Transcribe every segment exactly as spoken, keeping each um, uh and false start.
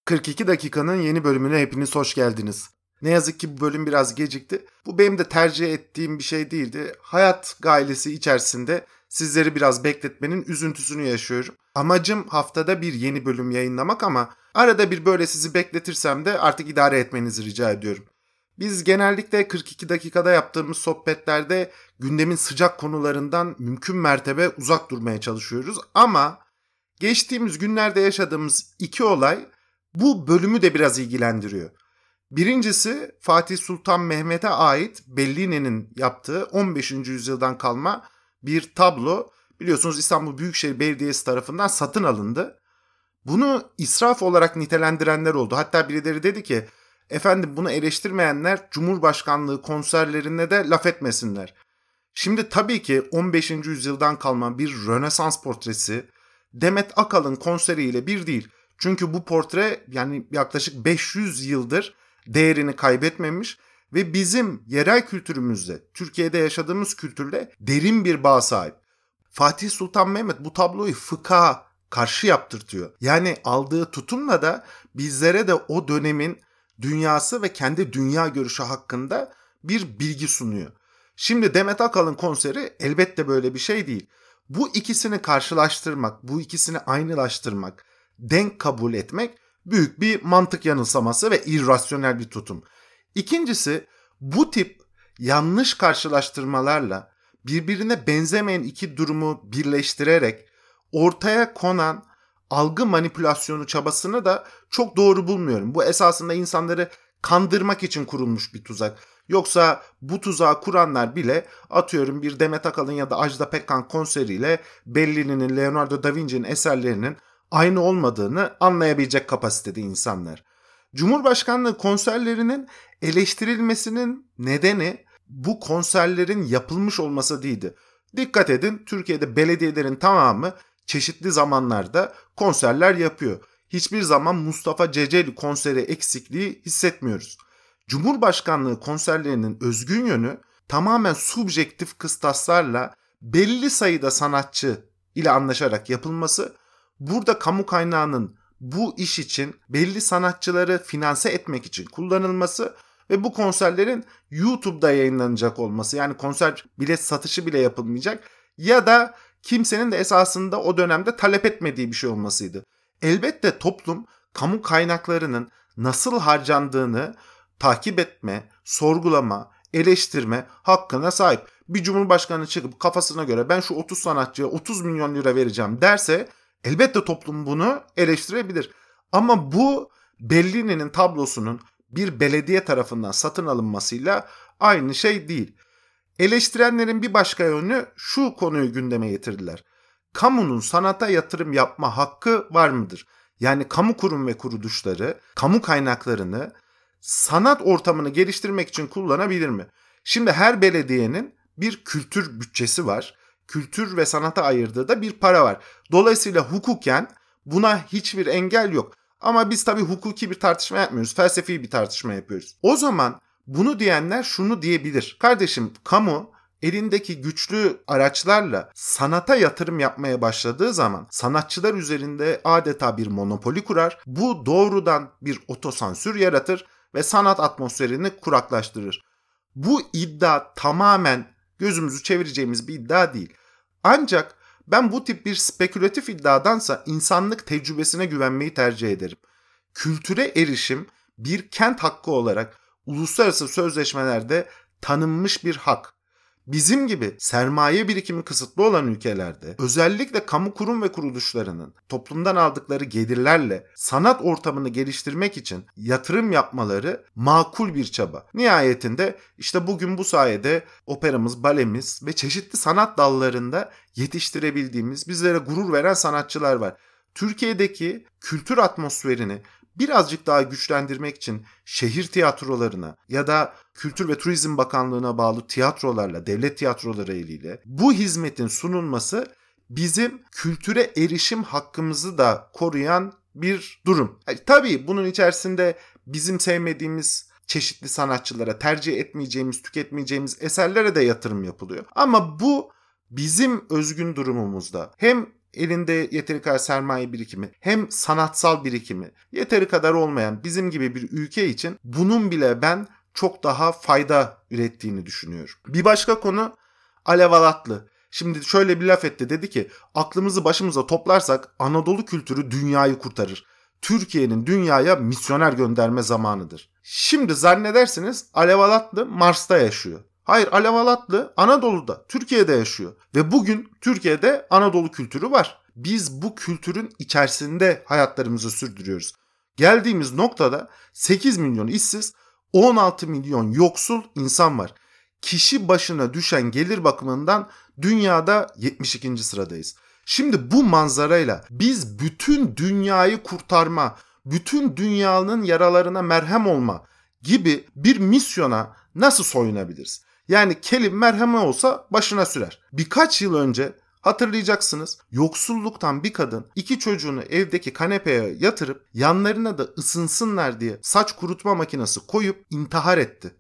kırk iki dakikanın yeni bölümüne hepiniz hoş geldiniz. Ne yazık ki bu bölüm biraz gecikti. Bu benim de tercih ettiğim bir şey değildi. Hayat gailesi içerisinde sizleri biraz bekletmenin üzüntüsünü yaşıyorum. Amacım haftada bir yeni bölüm yayınlamak ama arada bir böyle sizi bekletirsem de artık idare etmenizi rica ediyorum. Biz genellikle kırk iki dakikada yaptığımız sohbetlerde gündemin sıcak konularından mümkün mertebe uzak durmaya çalışıyoruz. Ama geçtiğimiz günlerde yaşadığımız iki olay bu bölümü de biraz ilgilendiriyor. Birincisi Fatih Sultan Mehmet'e ait Bellini'nin yaptığı on beşinci yüzyıldan kalma bir tablo. Biliyorsunuz İstanbul Büyükşehir Belediyesi tarafından satın alındı. Bunu israf olarak nitelendirenler oldu. Hatta birileri dedi ki, efendim bunu eleştirmeyenler Cumhurbaşkanlığı konserlerine de laf etmesinler. Şimdi tabii ki on beşinci yüzyıldan kalma bir Rönesans portresi Demet Akalın konseriyle bir değil. Çünkü bu portre yani yaklaşık beş yüz yıldır değerini kaybetmemiş ve bizim yerel kültürümüzle, Türkiye'de yaşadığımız kültürle derin bir bağ sahip. Fatih Sultan Mehmet bu tabloyu fıkha karşı yaptırtıyor. Yani aldığı tutumla da bizlere de o dönemin dünyası ve kendi dünya görüşü hakkında bir bilgi sunuyor. Şimdi Demet Akalın konseri elbette böyle bir şey değil. Bu ikisini karşılaştırmak, bu ikisini aynılaştırmak, denk kabul etmek büyük bir mantık yanılsaması ve irrasyonel bir tutum. İkincisi, bu tip yanlış karşılaştırmalarla birbirine benzemeyen iki durumu birleştirerek ortaya konan algı manipülasyonu çabasını da çok doğru bulmuyorum. Bu esasında insanları kandırmak için kurulmuş bir tuzak. Yoksa bu tuzağı kuranlar bile atıyorum bir Demet Akalın ya da Ajda Pekkan konseriyle Bellini'nin, Leonardo da Vinci'nin eserlerinin aynı olmadığını anlayabilecek kapasitede insanlar. Cumhurbaşkanlığı konserlerinin eleştirilmesinin nedeni bu konserlerin yapılmış olması değildi. Dikkat edin, Türkiye'de belediyelerin tamamı çeşitli zamanlarda konserler yapıyor. Hiçbir zaman Mustafa Ceceli konseri eksikliği hissetmiyoruz. Cumhurbaşkanlığı konserlerinin özgün yönü tamamen subjektif kıstaslarla belli sayıda sanatçı ile anlaşarak yapılması, burada kamu kaynağının bu iş için belli sanatçıları finanse etmek için kullanılması ve bu konserlerin YouTube'da yayınlanacak olması, yani konser bilet satışı bile yapılmayacak ya da kimsenin de esasında o dönemde talep etmediği bir şey olmasıydı. Elbette toplum kamu kaynaklarının nasıl harcandığını takip etme, sorgulama, eleştirme hakkına sahip. Bir cumhurbaşkanı çıkıp kafasına göre ben şu otuz sanatçıya otuz milyon lira vereceğim derse elbette toplum bunu eleştirebilir. Ama bu Bellini'nin tablosunun bir belediye tarafından satın alınmasıyla aynı şey değil. Eleştirenlerin bir başka yönü şu konuyu gündeme getirdiler. Kamunun sanata yatırım yapma hakkı var mıdır? Yani kamu kurum ve kuruluşları kamu kaynaklarını sanat ortamını geliştirmek için kullanabilir mi? Şimdi her belediyenin bir kültür bütçesi var. Kültür ve sanata ayırdığı da bir para var. Dolayısıyla hukuken buna hiçbir engel yok. Ama biz tabii hukuki bir tartışma yapmıyoruz. Felsefi bir tartışma yapıyoruz. O zaman bunu diyenler şunu diyebilir. Kardeşim, kamu elindeki güçlü araçlarla sanata yatırım yapmaya başladığı zaman sanatçılar üzerinde adeta bir monopoli kurar. Bu doğrudan bir otosansür yaratır ve sanat atmosferini kuraklaştırır. Bu iddia tamamen gözümüzü çevireceğimiz bir iddia değil. Ancak ben bu tip bir spekülatif iddiadansa insanlık tecrübesine güvenmeyi tercih ederim. Kültüre erişim bir kent hakkı olarak uluslararası sözleşmelerde tanınmış bir hak. Bizim gibi sermaye birikimi kısıtlı olan ülkelerde özellikle kamu kurum ve kuruluşlarının toplumdan aldıkları gelirlerle sanat ortamını geliştirmek için yatırım yapmaları makul bir çaba. Nihayetinde işte bugün bu sayede operamız, balemiz ve çeşitli sanat dallarında yetiştirebildiğimiz, bizlere gurur veren sanatçılar var. Türkiye'deki kültür atmosferini birazcık daha güçlendirmek için şehir tiyatrolarına ya da Kültür ve Turizm Bakanlığı'na bağlı tiyatrolarla, devlet tiyatroları eliyle bu hizmetin sunulması bizim kültüre erişim hakkımızı da koruyan bir durum. Yani tabii bunun içerisinde bizim sevmediğimiz çeşitli sanatçılara, tercih etmeyeceğimiz, tüketmeyeceğimiz eserlere de yatırım yapılıyor. Ama bu bizim özgün durumumuzda hem elinde yeteri kadar sermaye birikimi, hem sanatsal birikimi yeteri kadar olmayan bizim gibi bir ülke için bunun bile ben çok daha fayda ürettiğini düşünüyorum. Bir başka konu Alev Alatlı. Şimdi şöyle bir laf etti, dedi ki aklımızı başımıza toplarsak Anadolu kültürü dünyayı kurtarır. Türkiye'nin dünyaya misyoner gönderme zamanıdır. Şimdi zannedersiniz Alev Alatlı Mars'ta yaşıyor. Hayır, Alev Alatlı Anadolu'da, Türkiye'de yaşıyor. Ve bugün Türkiye'de Anadolu kültürü var. Biz bu kültürün içerisinde hayatlarımızı sürdürüyoruz. Geldiğimiz noktada sekiz milyon işsiz, on altı milyon yoksul insan var. Kişi başına düşen gelir bakımından dünyada yetmiş ikinci sıradayız. Şimdi bu manzarayla biz bütün dünyayı kurtarma, bütün dünyanın yaralarına merhem olma gibi bir misyona nasıl soyunabiliriz? Yani kelim merheme olsa başına sürer. Birkaç yıl önce hatırlayacaksınız, yoksulluktan bir kadın iki çocuğunu evdeki kanepeye yatırıp yanlarına da ısınsınlar diye saç kurutma makinesi koyup intihar etti.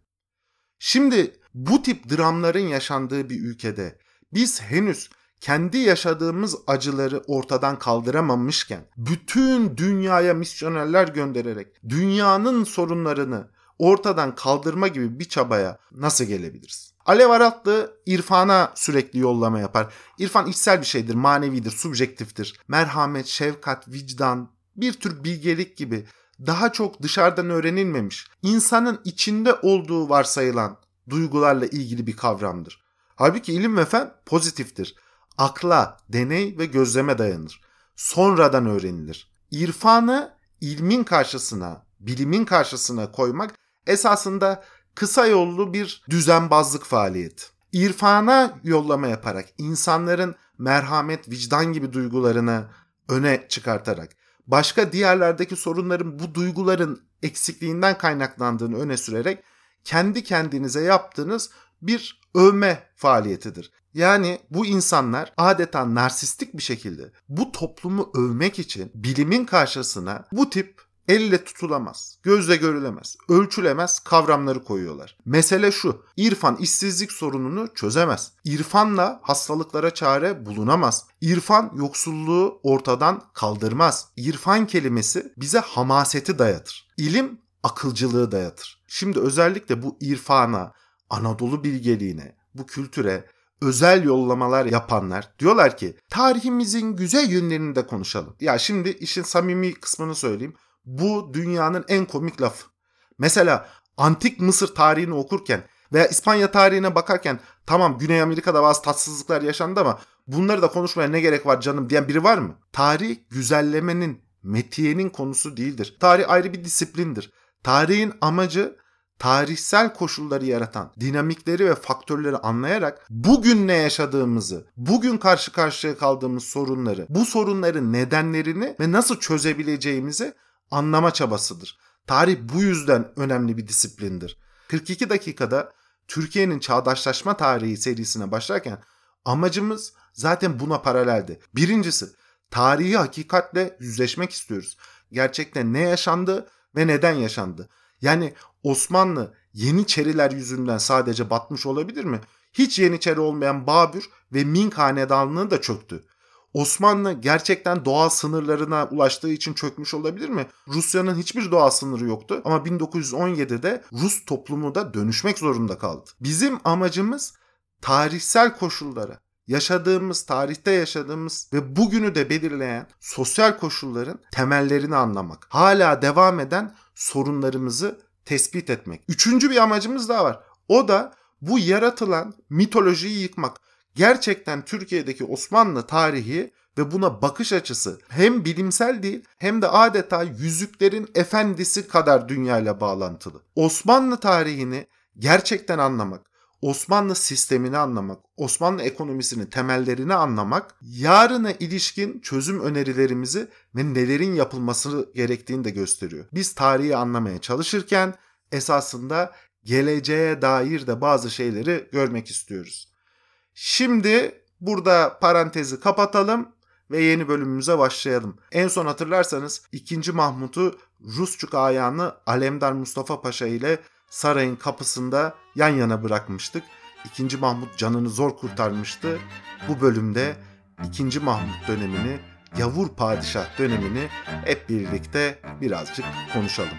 Şimdi bu tip dramların yaşandığı bir ülkede biz henüz kendi yaşadığımız acıları ortadan kaldıramamışken bütün dünyaya misyonerler göndererek dünyanın sorunlarını ortadan kaldırma gibi bir çabaya nasıl gelebiliriz? Alev Alatlı irfana sürekli yollama yapar. İrfan içsel bir şeydir, manevidir, subjektiftir. Merhamet, şefkat, vicdan, bir tür bilgelik gibi daha çok dışarıdan öğrenilmemiş, insanın içinde olduğu varsayılan duygularla ilgili bir kavramdır. Halbuki ilim ve fen pozitiftir. Akla, deney ve gözleme dayanır. Sonradan öğrenilir. İrfanı ilmin karşısına, bilimin karşısına koymak esasında kısa yollu bir düzenbazlık faaliyeti. İrfana yollama yaparak, insanların merhamet, vicdan gibi duygularını öne çıkartarak, başka diğerlerdeki sorunların bu duyguların eksikliğinden kaynaklandığını öne sürerek kendi kendinize yaptığınız bir övme faaliyetidir. Yani bu insanlar adeta narsistik bir şekilde bu toplumu övmek için bilimin karşısına bu tip elle tutulamaz, gözle görülemez, ölçülemez kavramları koyuyorlar. Mesele şu, İrfan işsizlik sorununu çözemez. İrfanla hastalıklara çare bulunamaz. İrfan yoksulluğu ortadan kaldırmaz. İrfan kelimesi bize hamaseti dayatır. İlim akılcılığı dayatır. Şimdi özellikle bu irfana, Anadolu bilgeliğine, bu kültüre özel yollamalar yapanlar diyorlar ki tarihimizin güzel yönlerini de konuşalım. Ya şimdi işin samimi kısmını söyleyeyim. Bu dünyanın en komik lafı. Mesela antik Mısır tarihini okurken veya İspanya tarihine bakarken tamam Güney Amerika'da bazı tatsızlıklar yaşandı ama bunları da konuşmaya ne gerek var canım diyen biri var mı? Tarih güzellemenin, metiyenin konusu değildir. Tarih ayrı bir disiplindir. Tarihin amacı tarihsel koşulları yaratan dinamikleri ve faktörleri anlayarak bugün ne yaşadığımızı, bugün karşı karşıya kaldığımız sorunları, bu sorunların nedenlerini ve nasıl çözebileceğimizi anlama çabasıdır. Tarih bu yüzden önemli bir disiplindir. kırk iki dakikada Türkiye'nin çağdaşlaşma tarihi serisine başlarken amacımız zaten buna paraleldi. Birincisi, tarihi hakikatle yüzleşmek istiyoruz. Gerçekten ne yaşandı ve neden yaşandı? Yani Osmanlı Yeniçeriler yüzünden sadece batmış olabilir mi? Hiç Yeniçeri olmayan Babür ve Ming hanedanlığı da çöktü. Osmanlı gerçekten doğal sınırlarına ulaştığı için çökmüş olabilir mi? Rusya'nın hiçbir doğal sınırı yoktu ama bin dokuz yüz on yedide Rus toplumu da dönüşmek zorunda kaldı. Bizim amacımız tarihsel koşullara, yaşadığımız, tarihte yaşadığımız ve bugünü de belirleyen sosyal koşulların temellerini anlamak. Hala devam eden sorunlarımızı tespit etmek. Üçüncü bir amacımız daha var. O da bu yaratılan mitolojiyi yıkmak. Gerçekten Türkiye'deki Osmanlı tarihi ve buna bakış açısı hem bilimsel değil hem de adeta Yüzüklerin Efendisi kadar dünyayla bağlantılı. Osmanlı tarihini gerçekten anlamak, Osmanlı sistemini anlamak, Osmanlı ekonomisinin temellerini anlamak, yarına ilişkin çözüm önerilerimizi ve nelerin yapılması gerektiğini de gösteriyor. Biz tarihi anlamaya çalışırken esasında geleceğe dair de bazı şeyleri görmek istiyoruz. Şimdi burada parantezi kapatalım ve yeni bölümümüze başlayalım. En son hatırlarsanız ikinci. Mahmut'u Rusçuk ayağını Alemdar Mustafa Paşa ile sarayın kapısında yan yana bırakmıştık. ikinci. Mahmut canını zor kurtarmıştı. Bu bölümde ikinci. Mahmut dönemini, Yavur Padişah dönemini hep birlikte birazcık konuşalım.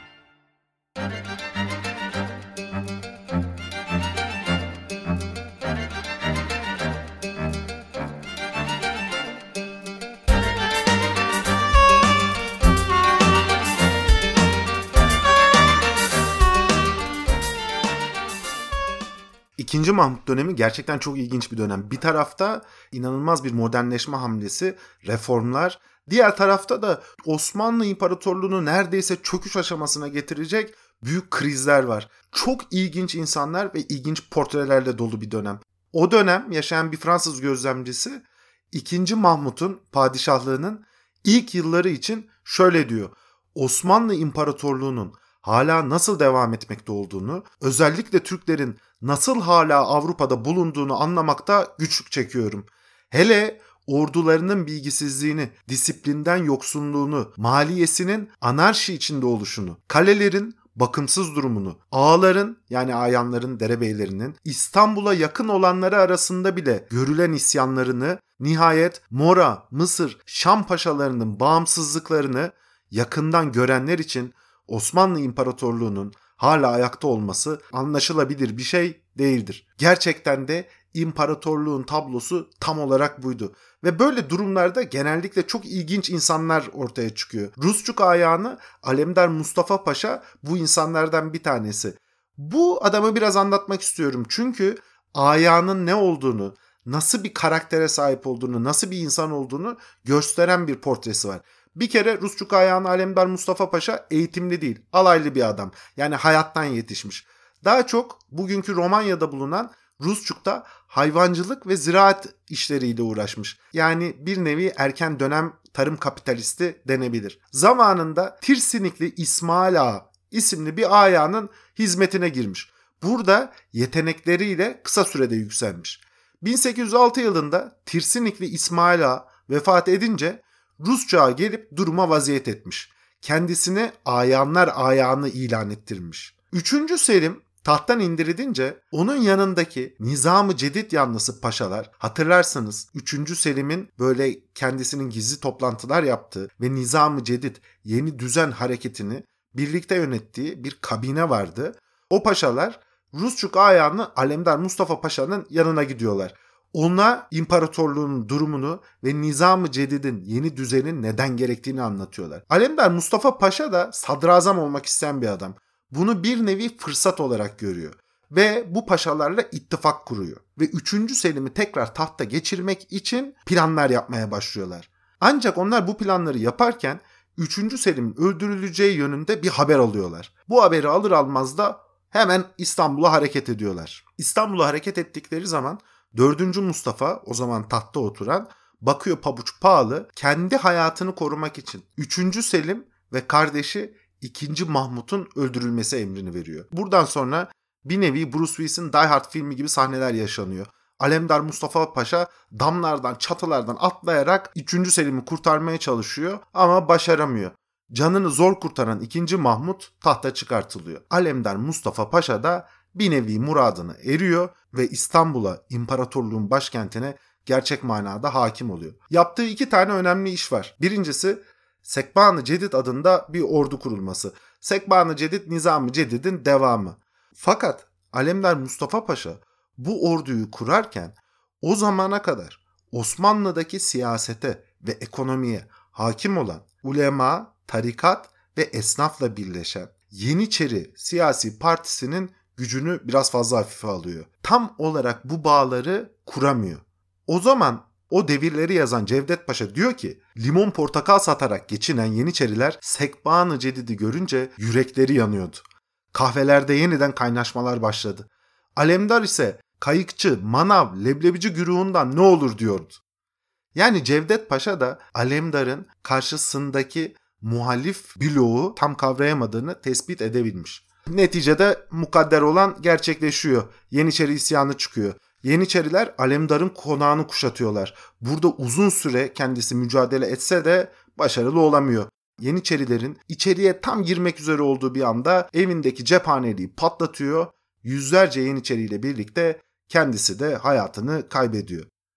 İkinci Mahmut dönemi gerçekten çok ilginç bir dönem. Bir tarafta inanılmaz bir modernleşme hamlesi, reformlar. Diğer tarafta da Osmanlı İmparatorluğu'nu neredeyse çöküş aşamasına getirecek büyük krizler var. Çok ilginç insanlar ve ilginç portrelerle dolu bir dönem. O dönem yaşayan bir Fransız gözlemcisi ikinci. Mahmut'un padişahlığının ilk yılları için şöyle diyor. Osmanlı İmparatorluğu'nun hala nasıl devam etmekte olduğunu, özellikle Türklerin nasıl hala Avrupa'da bulunduğunu anlamakta güçlük çekiyorum. Hele ordularının bilgisizliğini, disiplinden yoksunluğunu, maliyesinin anarşi içinde oluşunu, kalelerin bakımsız durumunu, ağaların yani ayanların, derebeylerinin İstanbul'a yakın olanları arasında bile görülen isyanlarını, nihayet Mora, Mısır, Şam paşalarının bağımsızlıklarını yakından görenler için Osmanlı İmparatorluğu'nun hala ayakta olması anlaşılabilir bir şey değildir. Gerçekten de imparatorluğun tablosu tam olarak buydu. Ve böyle durumlarda genellikle çok ilginç insanlar ortaya çıkıyor. Rusçuk ayağını Alemdar Mustafa Paşa bu insanlardan bir tanesi. Bu adamı biraz anlatmak istiyorum. Çünkü ayağının ne olduğunu, nasıl bir karaktere sahip olduğunu, nasıl bir insan olduğunu gösteren bir portresi var. Bir kere Rusçuk ayağını Alemdar Mustafa Paşa eğitimli değil, alaylı bir adam. Yani hayattan yetişmiş. Daha çok bugünkü Romanya'da bulunan Rusçuk'ta hayvancılık ve ziraat işleriyle uğraşmış. Yani bir nevi erken dönem tarım kapitalisti denebilir. Zamanında Tirsinikli İsmail Ağa isimli bir ağanın hizmetine girmiş. Burada yetenekleriyle kısa sürede yükselmiş. bin sekiz yüz altı yılında Tirsinikli İsmail Ağa vefat edince Rusçuk'a gelip duruma vaziyet etmiş. Kendisine ayanlar ayağını ilan ettirmiş. üçüncü. Selim tahttan indirilince onun yanındaki Nizam-ı Cedid yanlısı paşalar, hatırlarsanız üçüncü. Selim'in böyle kendisinin gizli toplantılar yaptığı ve Nizam-ı Cedid yeni düzen hareketini birlikte yönettiği bir kabine vardı. O paşalar Rusçuk ayağını Alemdar Mustafa Paşa'nın yanına gidiyorlar. Ona imparatorluğun durumunu ve Nizam-ı Cedid'in yeni düzenin neden gerektiğini anlatıyorlar. Alemdar Mustafa Paşa da sadrazam olmak isteyen bir adam. Bunu bir nevi fırsat olarak görüyor ve bu paşalarla ittifak kuruyor. Ve üçüncü. Selim'i tekrar tahta geçirmek için planlar yapmaya başlıyorlar. Ancak onlar bu planları yaparken üçüncü. Selim'in öldürüleceği yönünde bir haber alıyorlar. Bu haberi alır almaz da hemen İstanbul'a hareket ediyorlar. İstanbul'a hareket ettikleri zaman dördüncü. Mustafa, o zaman tahtta oturan, bakıyor pabuç pahalı, kendi hayatını korumak için üçüncü. Selim ve kardeşi ikinci. Mahmut'un öldürülmesi emrini veriyor. Buradan sonra bir nevi Bruce Willis'in Die Hard filmi gibi sahneler yaşanıyor. Alemdar Mustafa Paşa damlardan, çatılardan atlayarak üçüncü. Selim'i kurtarmaya çalışıyor ama başaramıyor. Canını zor kurtaran ikinci. Mahmut tahta çıkartılıyor. Alemdar Mustafa Paşa da bir nevi muradını eriyor ve İstanbul'a, imparatorluğun başkentine gerçek manada hakim oluyor. Yaptığı iki tane önemli iş var. Birincisi Sekban-ı Cedid adında bir ordu kurulması. Sekban-ı Cedid Nizam-ı Cedid'in devamı. Fakat Alemdar Mustafa Paşa bu orduyu kurarken o zamana kadar Osmanlı'daki siyasete ve ekonomiye hakim olan ulema, tarikat ve esnafla birleşen Yeniçeri siyasi partisinin gücünü biraz fazla hafife alıyor. Tam olarak bu bağları kuramıyor. O zaman o devirleri yazan Cevdet Paşa diyor ki limon portakal satarak geçinen Yeniçeriler Sekban-ı Cedid'i görünce yürekleri yanıyordu. Kahvelerde yeniden kaynaşmalar başladı. Alemdar ise kayıkçı, manav, leblebici güruhundan ne olur diyordu. Yani Cevdet Paşa da Alemdar'ın karşısındaki muhalif bloğu tam kavrayamadığını tespit edebilmiş. Neticede mukadder olan gerçekleşiyor. Yeniçeri isyanı çıkıyor. Yeniçeriler Alemdar'ın konağını kuşatıyorlar. Burada uzun süre kendisi mücadele etse de başarılı olamıyor. Yeniçerilerin içeriye tam girmek üzere olduğu bir anda evindeki cephaneliği patlatıyor. Yüzlerce Yeniçeri ile birlikte kendisi de hayatını kaybediyor.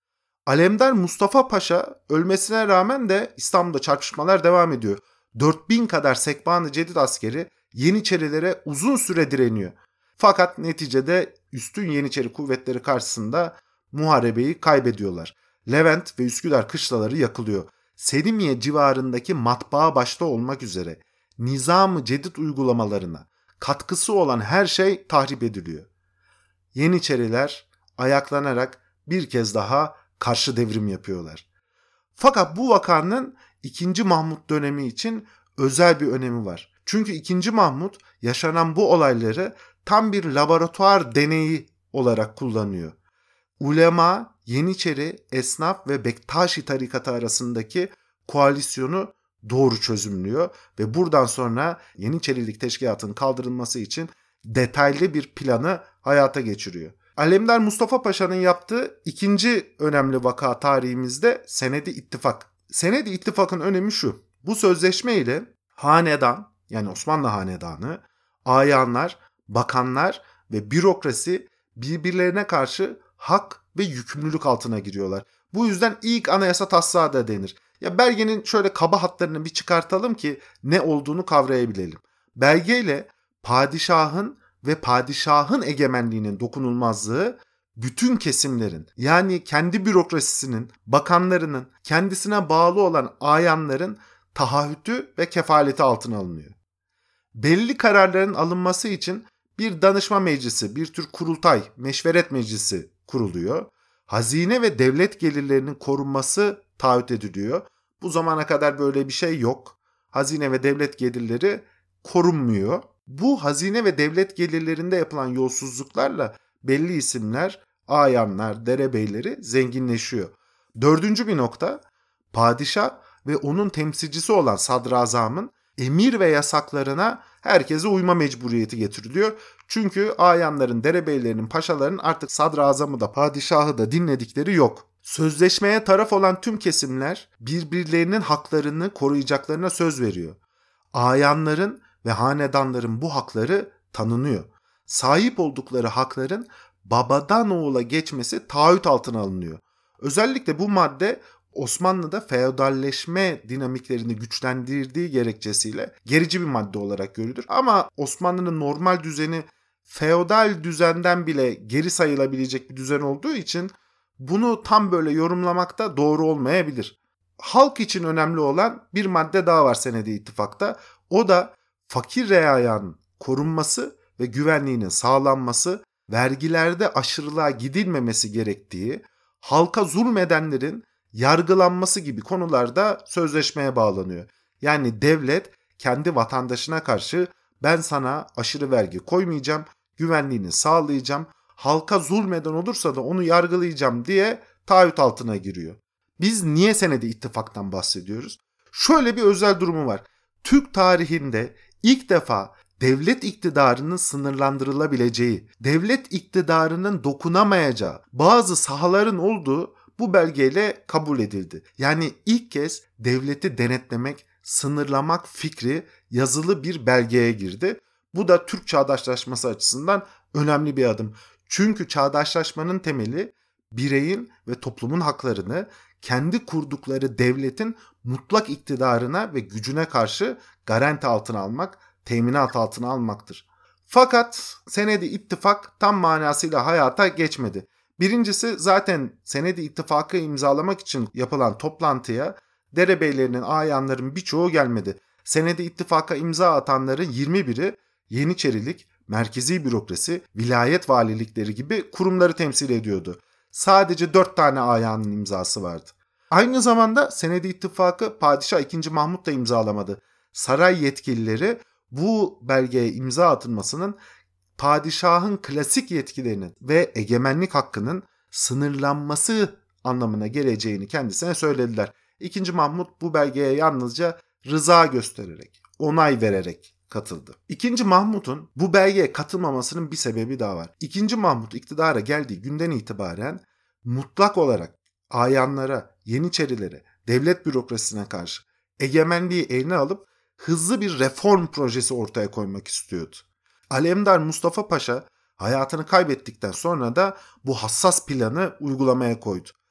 Alemdar Mustafa Paşa ölmesine rağmen de İstanbul'da çarpışmalar devam ediyor. dört bin kadar Sekban-ı Cedid askeri Yeniçerilere uzun süre direniyor. Fakat neticede üstün Yeniçeri kuvvetleri karşısında muharebeyi kaybediyorlar. Levent ve Üsküdar kışlaları yakılıyor. Selimiye civarındaki matbaa başta olmak üzere Nizam-ı Cedid uygulamalarına katkısı olan her şey tahrip ediliyor. Yeniçeriler ayaklanarak bir kez daha karşı devrim yapıyorlar. Fakat bu vakanın ikinci Mahmut dönemi için özel bir önemi var. Çünkü ikinci Mahmut yaşanan bu olayları tam bir laboratuvar deneyi olarak kullanıyor. Ulema, Yeniçeri, esnaf ve Bektaşi tarikatı arasındaki koalisyonu doğru çözümlüyor ve buradan sonra Yeniçerilik teşkilatının kaldırılması için detaylı bir planı hayata geçiriyor. Alemdar Mustafa Paşa'nın yaptığı ikinci önemli vaka tarihimizde Senedi İttifak. Senedi İttifak'ın önemi şu: bu sözleşme ile hanedan, yani Osmanlı hanedanı, ayanlar, bakanlar ve bürokrasi birbirlerine karşı hak ve yükümlülük altına giriyorlar. Bu yüzden ilk anayasa taslağı da denir. Ya belgenin şöyle kaba hatlarını bir çıkartalım ki ne olduğunu kavrayabilelim. Belgeyle padişahın ve padişahın egemenliğinin dokunulmazlığı bütün kesimlerin, yani kendi bürokrasisinin, bakanlarının, kendisine bağlı olan ayanların taahhütü ve kefaleti altına alınıyor. Belli kararların alınması için bir danışma meclisi, bir tür kurultay, meşveret meclisi kuruluyor. Hazine ve devlet gelirlerinin korunması taahhüt ediliyor. Bu zamana kadar böyle bir şey yok. Hazine ve devlet gelirleri korunmuyor. Bu hazine ve devlet gelirlerinde yapılan yolsuzluklarla belli isimler, ayanlar, derebeyleri zenginleşiyor. Dördüncü bir nokta, padişah ve onun temsilcisi olan sadrazamın emir ve yasaklarına herkese uyma mecburiyeti getiriliyor. Çünkü ayanların, derebeylerinin, paşaların artık sadrazamı da padişahı da dinledikleri yok. Sözleşmeye taraf olan tüm kesimler birbirlerinin haklarını koruyacaklarına söz veriyor. Ayanların ve hanedanların bu hakları tanınıyor. Sahip oldukları hakların babadan oğula geçmesi taahhüt altına alınıyor. Özellikle bu madde Osmanlı'da feodalleşme dinamiklerini güçlendirdiği gerekçesiyle gerici bir madde olarak görülür. Ama Osmanlı'nın normal düzeni feodal düzenden bile geri sayılabilecek bir düzen olduğu için bunu tam böyle yorumlamak da doğru olmayabilir. Halk için önemli olan bir madde daha var Senedi İttifak'ta. O da fakir reayanın korunması ve güvenliğinin sağlanması, vergilerde aşırılığa gidilmemesi gerektiği, halka zulmedenlerin yargılanması gibi konularda sözleşmeye bağlanıyor. Yani devlet kendi vatandaşına karşı ben sana aşırı vergi koymayacağım, güvenliğini sağlayacağım, halka zulmeden olursa da onu yargılayacağım diye taahhüt altına giriyor. Biz niye Senedi İttifak'tan bahsediyoruz? Şöyle bir özel durumu var. Türk tarihinde ilk defa devlet iktidarının sınırlandırılabileceği, devlet iktidarının dokunamayacağı bazı sahaların olduğu bu belgeyle kabul edildi. Yani ilk kez devleti denetlemek, sınırlamak fikri yazılı bir belgeye girdi. Bu da Türk çağdaşlaşması açısından önemli bir adım. Çünkü çağdaşlaşmanın temeli bireyin ve toplumun haklarını kendi kurdukları devletin mutlak iktidarına ve gücüne karşı garanti altına almak, teminat altına almaktır. Fakat Senedi İttifak tam manasıyla hayata geçmedi. Birincisi, zaten Senedi İttifakı imzalamak için yapılan toplantıya derebeylerinin, ayanların birçoğu gelmedi. Senedi İttifaka imza atanların yirmi biri Yeniçerilik, merkezi bürokrasi, vilayet valilikleri gibi kurumları temsil ediyordu. Sadece dört tane ayanın imzası vardı. Aynı zamanda Senedi İttifakı Padişah ikinci. Mahmut da imzalamadı. Saray yetkilileri bu belgeye imza atılmasının padişahın klasik yetkilerinin ve egemenlik hakkının sınırlanması anlamına geleceğini kendisine söylediler. ikinci. Mahmut bu belgeye yalnızca rıza göstererek, onay vererek katıldı. ikinci. Mahmut'un bu belgeye katılmamasının bir sebebi daha var. ikinci. Mahmut iktidara geldiği günden itibaren mutlak olarak ayanlara, Yeniçerilere, devlet bürokrasisine karşı egemenliği eline alıp hızlı bir reform projesi ortaya koymak istiyordu. Alemdar Mustafa Paşa hayatını kaybettikten sonra da bu hassas planı uygulamaya koydu.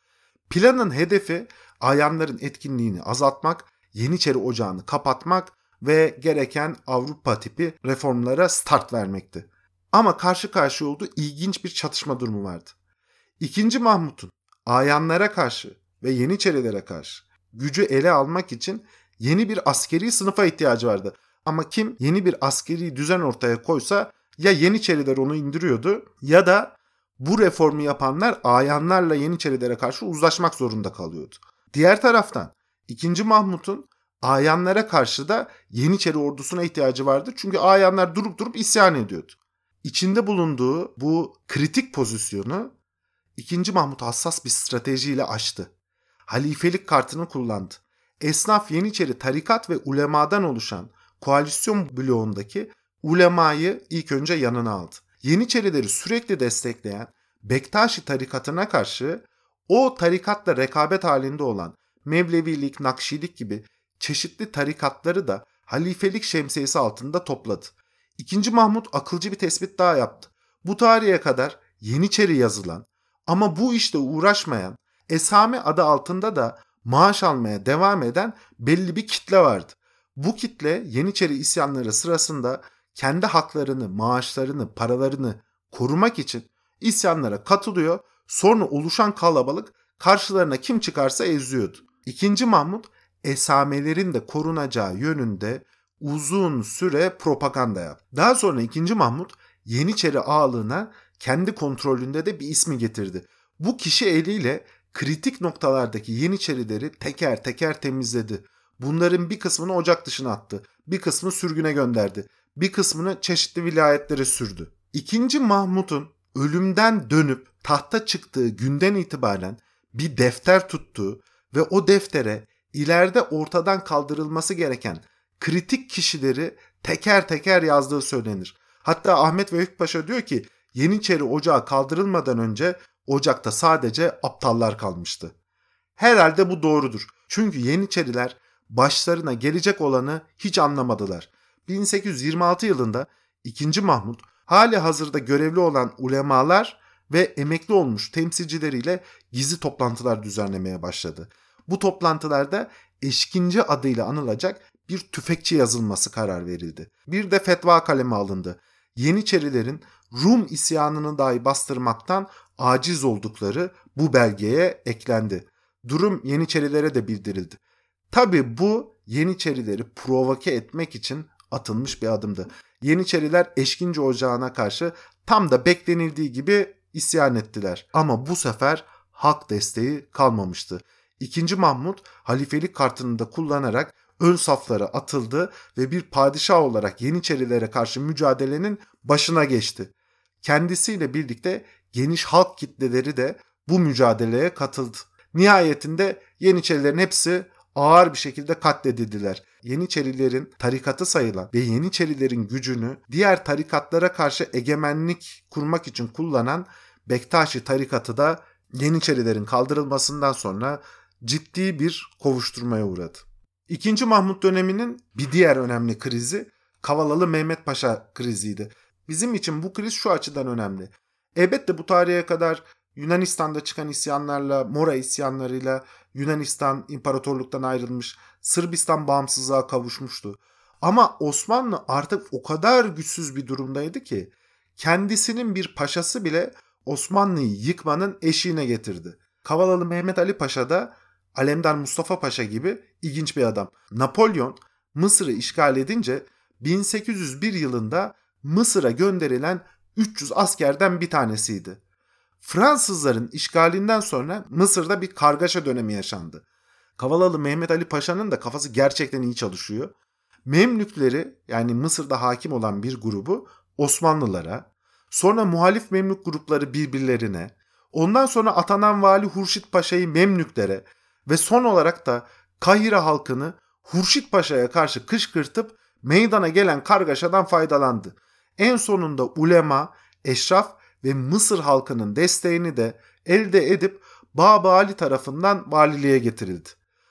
Planın hedefi ayanların etkinliğini azaltmak, Yeniçeri Ocağı'nı kapatmak ve gereken Avrupa tipi reformlara start vermekti. Ama karşı karşıya olduğu ilginç bir çatışma durumu vardı. İkinci Mahmut'un ayanlara karşı ve Yeniçerilere karşı gücü ele almak için yeni bir askeri sınıfa ihtiyacı vardı. Ama kim yeni bir askeri düzen ortaya koysa ya Yeniçeriler onu indiriyordu ya da bu reformu yapanlar ayanlarla Yeniçerilere karşı uzlaşmak zorunda kalıyordu. Diğer taraftan ikinci Mahmut'un ayanlara karşı da Yeniçeri ordusuna ihtiyacı vardı. Çünkü ayanlar durup durup isyan ediyordu. İçinde bulunduğu bu kritik pozisyonu ikinci Mahmut hassas bir stratejiyle aştı. Halifelik kartını kullandı. Esnaf, Yeniçeri, tarikat ve ulemadan oluşan koalisyon bloğundaki ulemayı ilk önce yanına aldı. Yeniçerileri sürekli destekleyen Bektaşi tarikatına karşı o tarikatla rekabet halinde olan Mevlevilik, Nakşilik gibi çeşitli tarikatları da halifelik şemsiyesi altında topladı. İkinci Mahmut akılcı bir tespit daha yaptı. Bu tarihe kadar Yeniçeri yazılan ama bu işte uğraşmayan, Esame adı altında da maaş almaya devam eden belli bir kitle vardı. Bu kitle Yeniçeri isyanları sırasında kendi haklarını, maaşlarını, paralarını korumak için isyanlara katılıyor. Sonra oluşan kalabalık karşılarına kim çıkarsa eziyordu. İkinci Mahmut esamelerin de korunacağı yönünde uzun süre propaganda yaptı. Daha sonra ikinci Mahmut Yeniçeri ağalığına kendi kontrolünde de bir ismi getirdi. Bu kişi eliyle kritik noktalardaki Yeniçerileri teker teker temizledi. Bunların bir kısmını ocak dışına attı. Bir kısmını sürgüne gönderdi. Bir kısmını çeşitli vilayetlere sürdü. İkinci Mahmut'un ölümden dönüp tahta çıktığı günden itibaren bir defter tuttuğu ve o deftere ileride ortadan kaldırılması gereken kritik kişileri teker teker yazdığı söylenir. Hatta Ahmet Vefik Paşa diyor ki Yeniçeri Ocağı kaldırılmadan önce ocakta sadece aptallar kalmıştı. Herhalde bu doğrudur. Çünkü Yeniçeriler başlarına gelecek olanı hiç anlamadılar. bin sekiz yüz yirmi altı yılında ikinci Mahmut hali hazırda görevli olan ulemalar ve emekli olmuş temsilcileriyle gizli toplantılar düzenlemeye başladı. Bu toplantılarda Eşkinci adıyla anılacak bir tüfekçi yazılması karar verildi. Bir de fetva kaleme alındı. Yeniçerilerin Rum isyanını dahi bastırmaktan aciz oldukları bu belgeye eklendi. Durum Yeniçerilere de bildirildi. Tabii bu Yeniçerileri provoke etmek için atılmış bir adımdı. Yeniçeriler Eşkinci Ocağı'na karşı tam da beklenildiği gibi isyan ettiler. Ama bu sefer halk desteği kalmamıştı. İkinci Mahmut halifelik kartını da kullanarak ön saflara atıldı ve bir padişah olarak Yeniçerilere karşı mücadelenin başına geçti. Kendisiyle birlikte geniş halk kitleleri de bu mücadeleye katıldı. Nihayetinde Yeniçerilerin hepsi ağır bir şekilde katledildiler. Yeniçerilerin tarikatı sayılan ve Yeniçerilerin gücünü diğer tarikatlara karşı egemenlik kurmak için kullanan Bektaşi tarikatı da Yeniçerilerin kaldırılmasından sonra ciddi bir kovuşturmaya uğradı. İkinci Mahmut döneminin bir diğer önemli krizi Kavalalı Mehmet Paşa kriziydi. Bizim için bu kriz şu açıdan önemli. Elbette bu tarihe kadar Yunanistan'da çıkan isyanlarla, Mora isyanlarıyla Yunanistan imparatorluktan ayrılmış, Sırbistan bağımsızlığa kavuşmuştu. Ama Osmanlı artık o kadar güçsüz bir durumdaydı ki kendisinin bir paşası bile Osmanlı'yı yıkmanın eşiğine getirdi. Kavalalı Mehmet Ali Paşa da Alemdar Mustafa Paşa gibi ilginç bir adam. Napolyon Mısır'ı işgal edince bin sekiz yüz bir yılında Mısır'a gönderilen üç yüz askerden bir tanesiydi. Fransızların işgalinden sonra Mısır'da bir kargaşa dönemi yaşandı. Kavalalı Mehmet Ali Paşa'nın da kafası gerçekten iyi çalışıyor. Memlükleri, yani Mısır'da hakim olan bir grubu Osmanlılara, sonra muhalif Memlük grupları birbirlerine, ondan sonra atanan vali Hurşit Paşa'yı Memlüklere ve son olarak da Kahire halkını Hurşit Paşa'ya karşı kışkırtıp meydana gelen kargaşadan faydalandı. En sonunda ulema, eşraf ve Mısır halkının desteğini de elde edip Baba Ali tarafından valiliğe getirildi.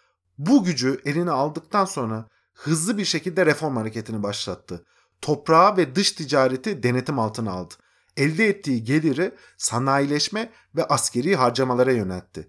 Bu gücü eline aldıktan sonra hızlı bir şekilde reform hareketini başlattı. Toprağı ve dış ticareti denetim altına aldı. Elde ettiği geliri sanayileşme ve askeri harcamalara yöneltti.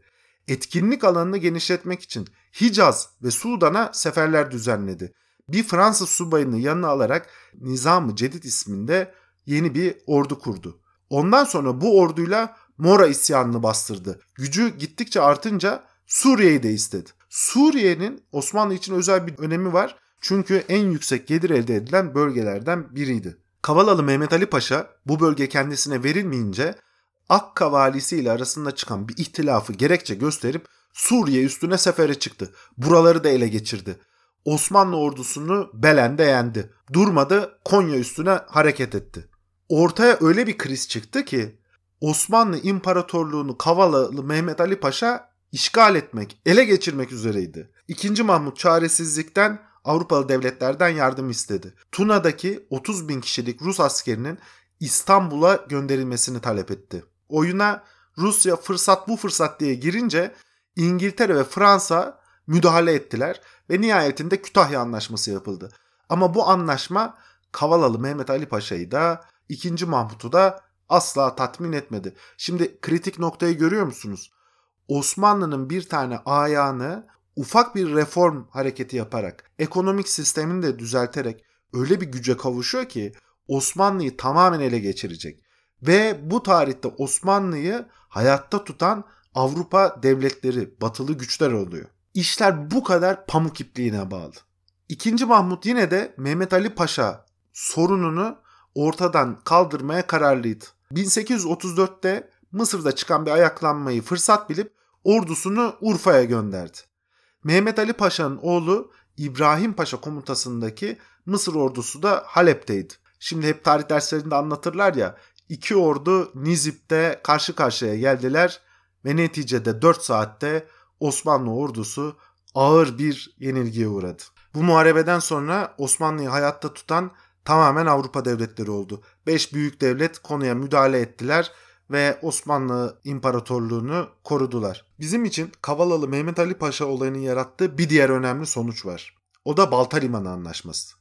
Etkinlik alanını genişletmek için Hicaz ve Sudan'a seferler düzenledi. Bir Fransız subayını yanına alarak Nizam-ı Cedid isminde yeni bir ordu kurdu. Ondan sonra bu orduyla Mora isyanını bastırdı. Gücü gittikçe artınca Suriye'yi de istedi. Suriye'nin Osmanlı için özel bir önemi var. Çünkü en yüksek gelir elde edilen bölgelerden biriydi. Kavalalı Mehmet Ali Paşa bu bölge kendisine verilmeyince Akka valisi ile arasında çıkan bir ihtilafı gerekçe gösterip Suriye üstüne sefere çıktı. Buraları da ele geçirdi. Osmanlı ordusunu Belen'de yendi. Durmadı, Konya üstüne hareket etti. Ortaya öyle bir kriz çıktı ki Osmanlı İmparatorluğunu Kavalalı Mehmet Ali Paşa işgal etmek, ele geçirmek üzereydi. İkinci Mahmut çaresizlikten Avrupalı devletlerden yardım istedi. Tuna'daki otuz bin kişilik Rus askerinin İstanbul'a gönderilmesini talep etti. Oyuna Rusya fırsat bu fırsat diye girince İngiltere ve Fransa müdahale ettiler ve nihayetinde Kütahya Anlaşması yapıldı. Ama bu anlaşma Kavalalı Mehmet Ali Paşa'yı da ikinci Mahmut'u da asla tatmin etmedi. Şimdi kritik noktayı görüyor musunuz? Osmanlı'nın bir tane ayağını ufak bir reform hareketi yaparak, ekonomik sistemini de düzelterek öyle bir güce kavuşuyor ki Osmanlı'yı tamamen ele geçirecek. Ve bu tarihte Osmanlı'yı hayatta tutan Avrupa devletleri, batılı güçler oluyor. İşler bu kadar pamuk ipliğine bağlı. İkinci Mahmut yine de Mehmet Ali Paşa sorununu ortadan kaldırmaya kararlıydı. bin sekiz yüz otuz dörtte Mısır'da çıkan bir ayaklanmayı fırsat bilip ordusunu Urfa'ya gönderdi. Mehmet Ali Paşa'nın oğlu İbrahim Paşa komutasındaki Mısır ordusu da Halep'teydi. Şimdi hep tarih derslerinde anlatırlar ya, iki ordu Nizip'te karşı karşıya geldiler ve neticede dört saatte Osmanlı ordusu ağır bir yenilgiye uğradı. Bu muharebeden sonra Osmanlı'yı hayatta tutan tamamen Avrupa devletleri oldu. Beş büyük devlet konuya müdahale ettiler ve Osmanlı İmparatorluğunu korudular. Bizim için Kavalalı Mehmet Ali Paşa olayının yarattığı bir diğer önemli sonuç var. O da Balta Limanı Anlaşması.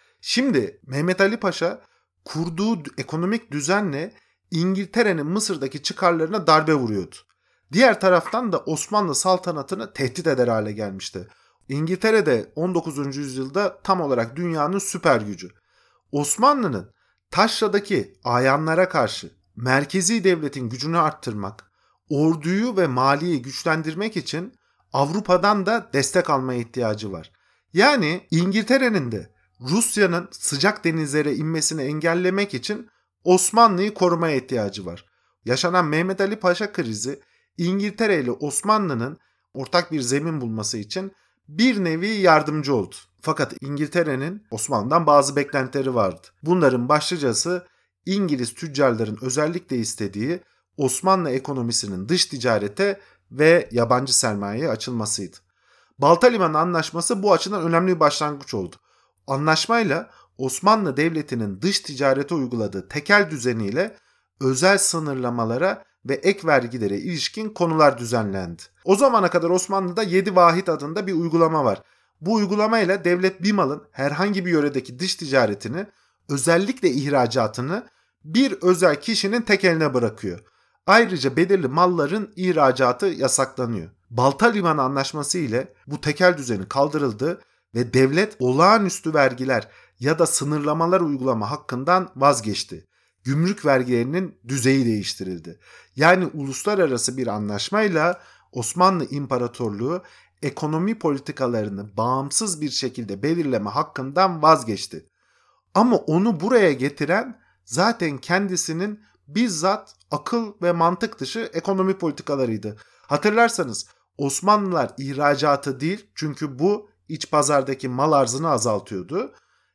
Şimdi Mehmet Ali Paşa kurduğu ekonomik düzenle İngiltere'nin Mısır'daki çıkarlarına darbe vuruyordu. Diğer taraftan da Osmanlı saltanatını tehdit eder hale gelmişti. İngiltere de on dokuzuncu yüzyılda tam olarak dünyanın süper gücü. Osmanlı'nın taşradaki ayanlara karşı merkezi devletin gücünü arttırmak, orduyu ve maliyeyi güçlendirmek için Avrupa'dan da destek almaya ihtiyacı var. Yani İngiltere'nin de Rusya'nın sıcak denizlere inmesini engellemek için Osmanlı'yı korumaya ihtiyacı var. Yaşanan Mehmet Ali Paşa krizi İngiltere ile Osmanlı'nın ortak bir zemin bulması için bir nevi yardımcı oldu. Fakat İngiltere'nin Osmanlı'dan bazı beklentileri vardı. Bunların başlıcası İngiliz tüccarların özellikle istediği Osmanlı ekonomisinin dış ticarete ve yabancı sermayeye açılmasıydı. Balta Limanı Anlaşması bu açıdan önemli bir başlangıç oldu. Anlaşmayla Osmanlı Devleti'nin dış ticarete uyguladığı tekel düzeniyle özel sınırlamalara ve ek vergilere ilişkin konular düzenlendi. O zamana kadar Osmanlı'da yedi vahit adında bir uygulama var. Bu uygulamayla devlet bir malın herhangi bir yöredeki dış ticaretini, özellikle ihracatını bir özel kişinin tek eline bırakıyor. Ayrıca belirli malların ihracatı yasaklanıyor. Balta Limanı Anlaşması ile bu tekel düzeni kaldırıldı ve devlet olağanüstü vergiler ya da sınırlamalar uygulama hakkından vazgeçti. Gümrük vergilerinin düzeyi değiştirildi. Yani uluslararası bir anlaşmayla Osmanlı İmparatorluğu ekonomi politikalarını bağımsız bir şekilde belirleme hakkından vazgeçti. Ama onu buraya getiren zaten kendisinin bizzat akıl ve mantık dışı ekonomi politikalarıydı. Hatırlarsanız Osmanlılar ihracatı değil, çünkü bu iç pazardaki mal arzını azaltıyordu,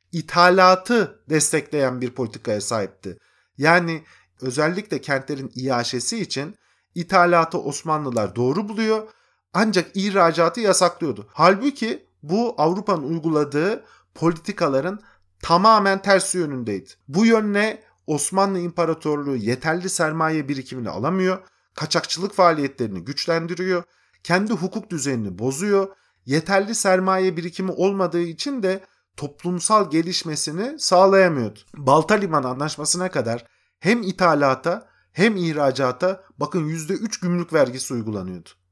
İthalatı destekleyen bir politikaya sahipti. Yani özellikle kentlerin iaşesi için ithalatı Osmanlılar doğru buluyor, ancak ihracatı yasaklıyordu. Halbuki bu Avrupa'nın uyguladığı politikaların tamamen tersi yönündeydi. Bu yönle Osmanlı İmparatorluğu yeterli sermaye birikimini alamıyor, kaçakçılık faaliyetlerini güçlendiriyor, kendi hukuk düzenini bozuyor, yeterli sermaye birikimi olmadığı için de toplumsal gelişmesini sağlayamıyordu. Balta Limanı Anlaşması'na kadar hem ithalata hem ihracata bakın yüzde üç gümrük vergisi uygulanıyordu.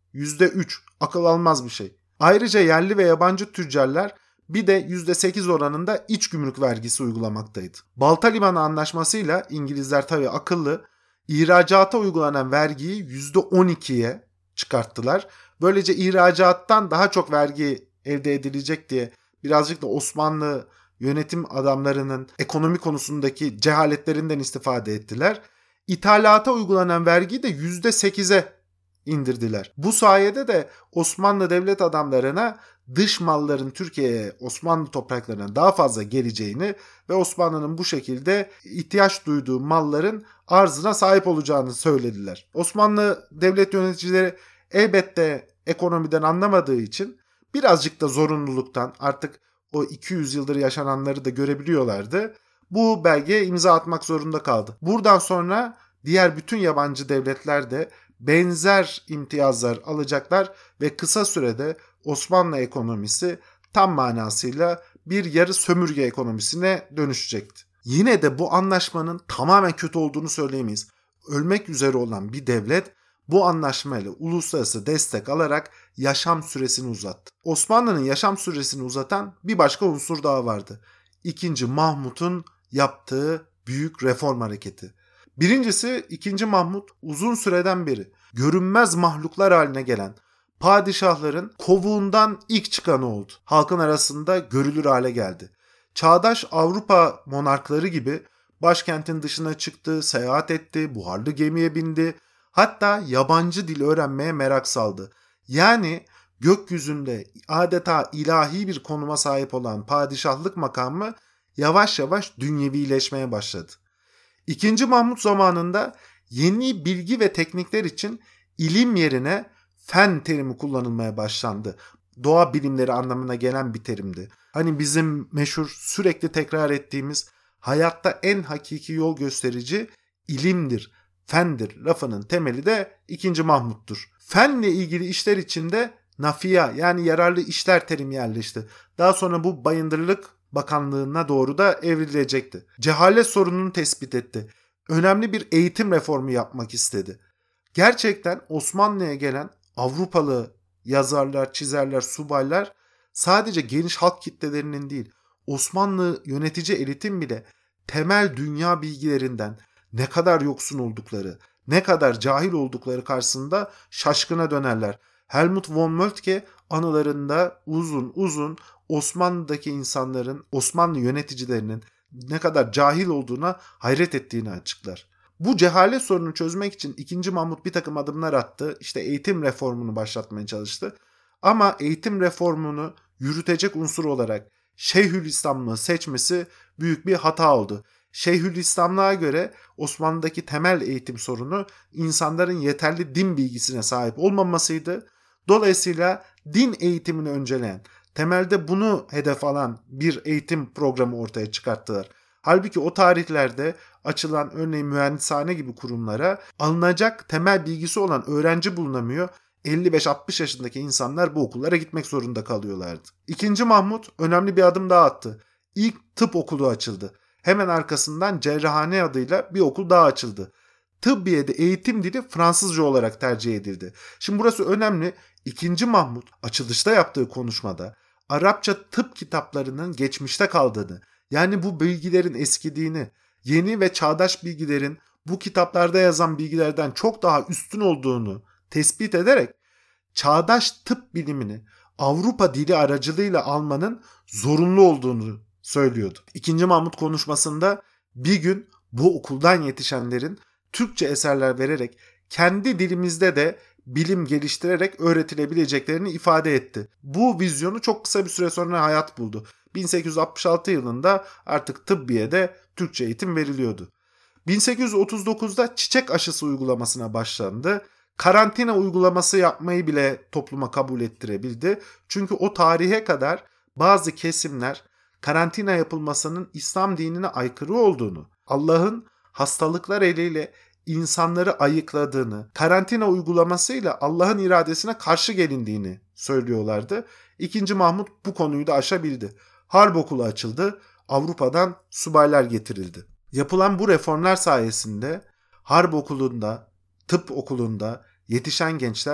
yüzde üç. Akıl almaz bir şey. Ayrıca yerli ve yabancı tüccarlar bir de yüzde sekiz oranında iç gümrük vergisi uygulamaktaydı. Balta Limanı Anlaşması'yla İngilizler tabii akıllı, ihracata uygulanan vergiyi yüzde on ikiye çıkarttılar. Böylece ihracattan daha çok vergi elde edilecek diye birazcık da Osmanlı yönetim adamlarının ekonomi konusundaki cehaletlerinden istifade ettiler. İthalata uygulanan vergiyi de yüzde sekize indirdiler. Bu sayede de Osmanlı devlet adamlarına dış malların Türkiye'ye, Osmanlı topraklarına daha fazla geleceğini ve Osmanlı'nın bu şekilde ihtiyaç duyduğu malların arzına sahip olacağını söylediler. Osmanlı devlet yöneticileri elbette ekonomiden anlamadığı için birazcık da zorunluluktan, artık o iki yüz yıldır yaşananları da görebiliyorlardı, bu belgeye imza atmak zorunda kaldı. Buradan sonra diğer bütün yabancı devletler de benzer imtiyazlar alacaklar ve kısa sürede Osmanlı ekonomisi tam manasıyla bir yarı sömürge ekonomisine dönüşecekti. Yine de bu anlaşmanın tamamen kötü olduğunu söyleyemeyiz. Ölmek üzere olan bir devlet bu anlaşmayla uluslararası destek alarak yaşam süresini uzattı. Osmanlı'nın yaşam süresini uzatan bir başka unsur daha vardı. İkinci Mahmut'un yaptığı büyük reform hareketi. Birincisi, ikinci Mahmut uzun süreden beri görünmez mahluklar haline gelen padişahların kovuğundan ilk çıkanı oldu. Halkın arasında görülür hale geldi. Çağdaş Avrupa monarkları gibi başkentin dışına çıktı, seyahat etti, buharlı gemiye bindi, hatta yabancı dil öğrenmeye merak saldı. Yani gökyüzünde adeta ilahi bir konuma sahip olan padişahlık makamı yavaş yavaş dünyevileşmeye başladı. İkinci Mahmut zamanında yeni bilgi ve teknikler için ilim yerine fen terimi kullanılmaya başlandı. Doğa bilimleri anlamına gelen bir terimdi. Hani bizim meşhur sürekli tekrar ettiğimiz hayatta en hakiki yol gösterici ilimdir, fendir lafının temeli de ikinci Mahmut'tur. Fenle ilgili işler içinde nafiya yani yararlı işler terimi yerleşti. Daha sonra bu Bayındırlık Bakanlığı'na doğru da evrilecekti. Cehalet sorununu tespit etti. Önemli bir eğitim reformu yapmak istedi. Gerçekten Osmanlı'ya gelen Avrupalı yazarlar, çizerler, subaylar sadece geniş halk kitlelerinin değil, Osmanlı yönetici elitin bile temel dünya bilgilerinden ne kadar yoksun oldukları, ne kadar cahil oldukları karşısında şaşkına dönerler. Helmut von Moltke anılarında uzun uzun Osmanlı'daki insanların, Osmanlı yöneticilerinin ne kadar cahil olduğuna hayret ettiğini açıklar. Bu cehalet sorununu çözmek için ikinci Mahmut bir takım adımlar attı. İşte eğitim reformunu başlatmaya çalıştı. Ama eğitim reformunu yürütecek unsur olarak Şeyhülislamlığı seçmesi büyük bir hata oldu. Şeyhülislamlığa göre Osmanlı'daki temel eğitim sorunu insanların yeterli din bilgisine sahip olmamasıydı. Dolayısıyla din eğitimini önceleyen, temelde bunu hedef alan bir eğitim programı ortaya çıkarttılar. Halbuki o tarihlerde açılan örneğin mühendishane gibi kurumlara alınacak temel bilgisi olan öğrenci bulunamıyor. elli beş altmış yaşındaki insanlar bu okullara gitmek zorunda kalıyorlardı. İkinci Mahmut önemli bir adım daha attı. İlk tıp okulu açıldı. Hemen arkasından cerrahane adıyla bir okul daha açıldı. Tıbbiyede eğitim dili Fransızca olarak tercih edildi. Şimdi burası önemli. İkinci Mahmut açılışta yaptığı konuşmada Arapça tıp kitaplarının geçmişte kaldığını, yani bu bilgilerin eskidiğini, yeni ve çağdaş bilgilerin bu kitaplarda yazan bilgilerden çok daha üstün olduğunu tespit ederek çağdaş tıp bilimini Avrupa dili aracılığıyla almanın zorunlu olduğunu söylüyordu. İkinci Mahmut konuşmasında bir gün bu okuldan yetişenlerin Türkçe eserler vererek kendi dilimizde de bilim geliştirerek öğretilebileceklerini ifade etti. Bu vizyonu çok kısa bir süre sonra hayat buldu. bin sekiz yüz altmış altı yılında artık tıbbiyede Türkçe eğitim veriliyordu. bin sekiz yüz otuz dokuzda çiçek aşısı uygulamasına başlandı. Karantina uygulaması yapmayı bile topluma kabul ettirebildi. Çünkü o tarihe kadar bazı kesimler karantina yapılmasının İslam dinine aykırı olduğunu, Allah'ın hastalıklar eliyle insanları ayıkladığını, karantina uygulamasıyla Allah'ın iradesine karşı gelindiğini söylüyorlardı. İkinci Mahmut bu konuyu da aşabildi. Harp okulu açıldı, Avrupa'dan subaylar getirildi. Yapılan bu reformlar sayesinde harp okulunda, tıp okulunda yetişen gençler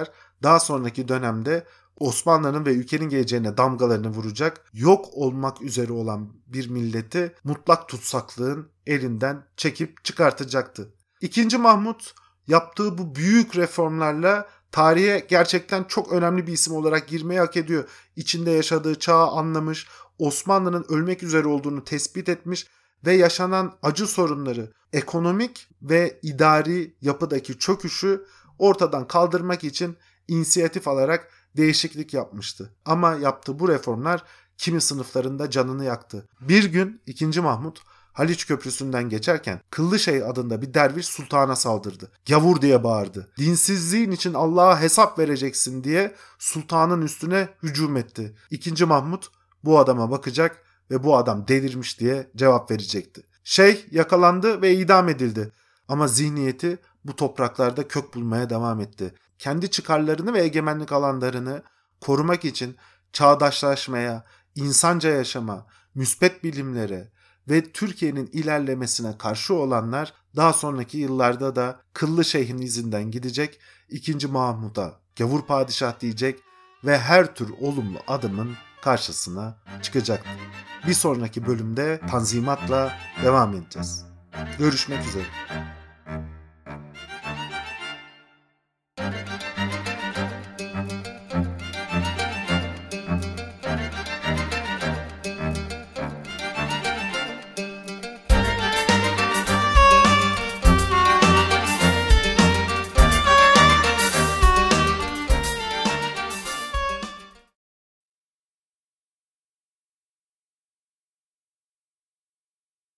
daha sonraki dönemde Osmanlı'nın ve ülkenin geleceğine damgalarını vuracak, yok olmak üzere olan bir milleti mutlak tutsaklığın elinden çekip çıkartacaktı. İkinci Mahmut yaptığı bu büyük reformlarla tarihe gerçekten çok önemli bir isim olarak girmeyi hak ediyor. İçinde yaşadığı çağı anlamış, Osmanlı'nın ölmek üzere olduğunu tespit etmiş ve yaşanan acı sorunları, ekonomik ve idari yapıdaki çöküşü ortadan kaldırmak için inisiyatif alarak değişiklik yapmıştı. Ama yaptığı bu reformlar kimi sınıflarında canını yaktı. Bir gün ikinci Mahmut Haliç Köprüsü'nden geçerken Kıllışehir adında bir derviş sultana saldırdı. Gavur diye bağırdı. Dinsizliğin için Allah'a hesap vereceksin diye sultanın üstüne hücum etti. İkinci Mahmut bu adama bakacak ve bu adam delirmiş diye cevap verecekti. Şeyh yakalandı ve idam edildi. Ama zihniyeti bu topraklarda kök bulmaya devam etti. Kendi çıkarlarını ve egemenlik alanlarını korumak için çağdaşlaşmaya, insanca yaşama, müspet bilimlere ve Türkiye'nin ilerlemesine karşı olanlar daha sonraki yıllarda da Kıllışehir'in izinden gidecek, ikinci Mahmud'a gavur padişah diyecek ve her tür olumlu adımın karşısına çıkacaktır. Bir sonraki bölümde Tanzimat'la devam edeceğiz. Görüşmek üzere.